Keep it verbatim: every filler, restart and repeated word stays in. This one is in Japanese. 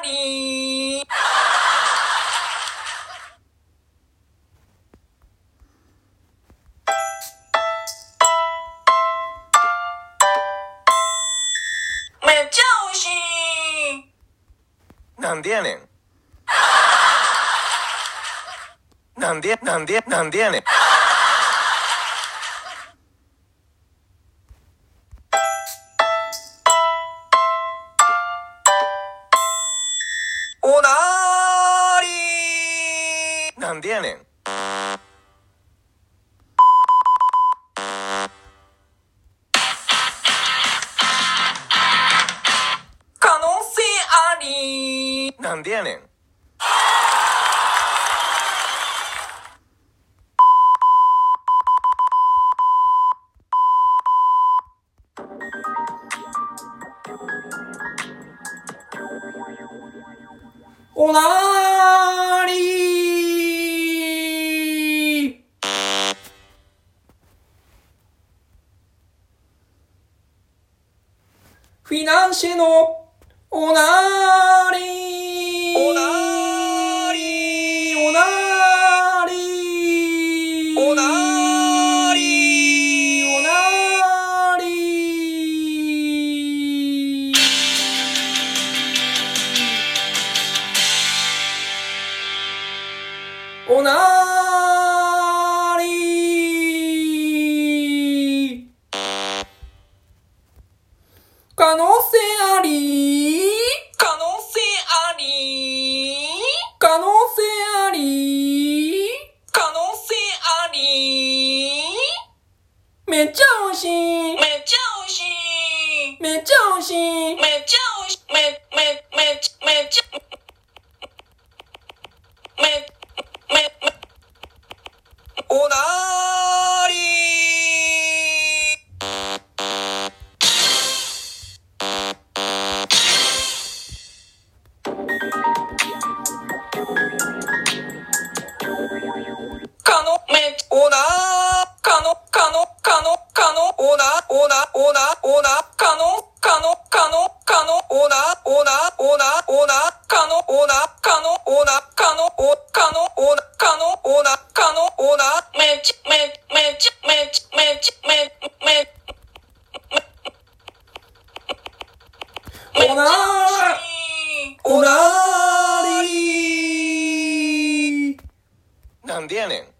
りーめっちゃ美味しい。 なんでやねん。なんで、なんで、なんでやねん。 おなーりなんでやねん。 可能性ありーなんでやねん。 おなーりーフィナンシェのおなーりーおなーりーおなーりーおなーりーおなーりーおなーりー可能性ありー可能性ありー可能性ありー可能性ありーめっちゃ美味しいめっちゃ美味しいめっちゃ美味しいめっちゃ美味しいめ、め、めっちゃ、めっちゃ、め、め、め、おなーりーかの、め、おなー、かの、かの、かの、かの、おな、おな、おな、おな、かの、かの、かの、かの、おな、おな、おな、おな、かの、おな、かの、おな、かの、お、かの、おな、かの、おな、かの、おな、めち、め、めち、めち、めち、め、め、 おなーおなーりーなんでやねん。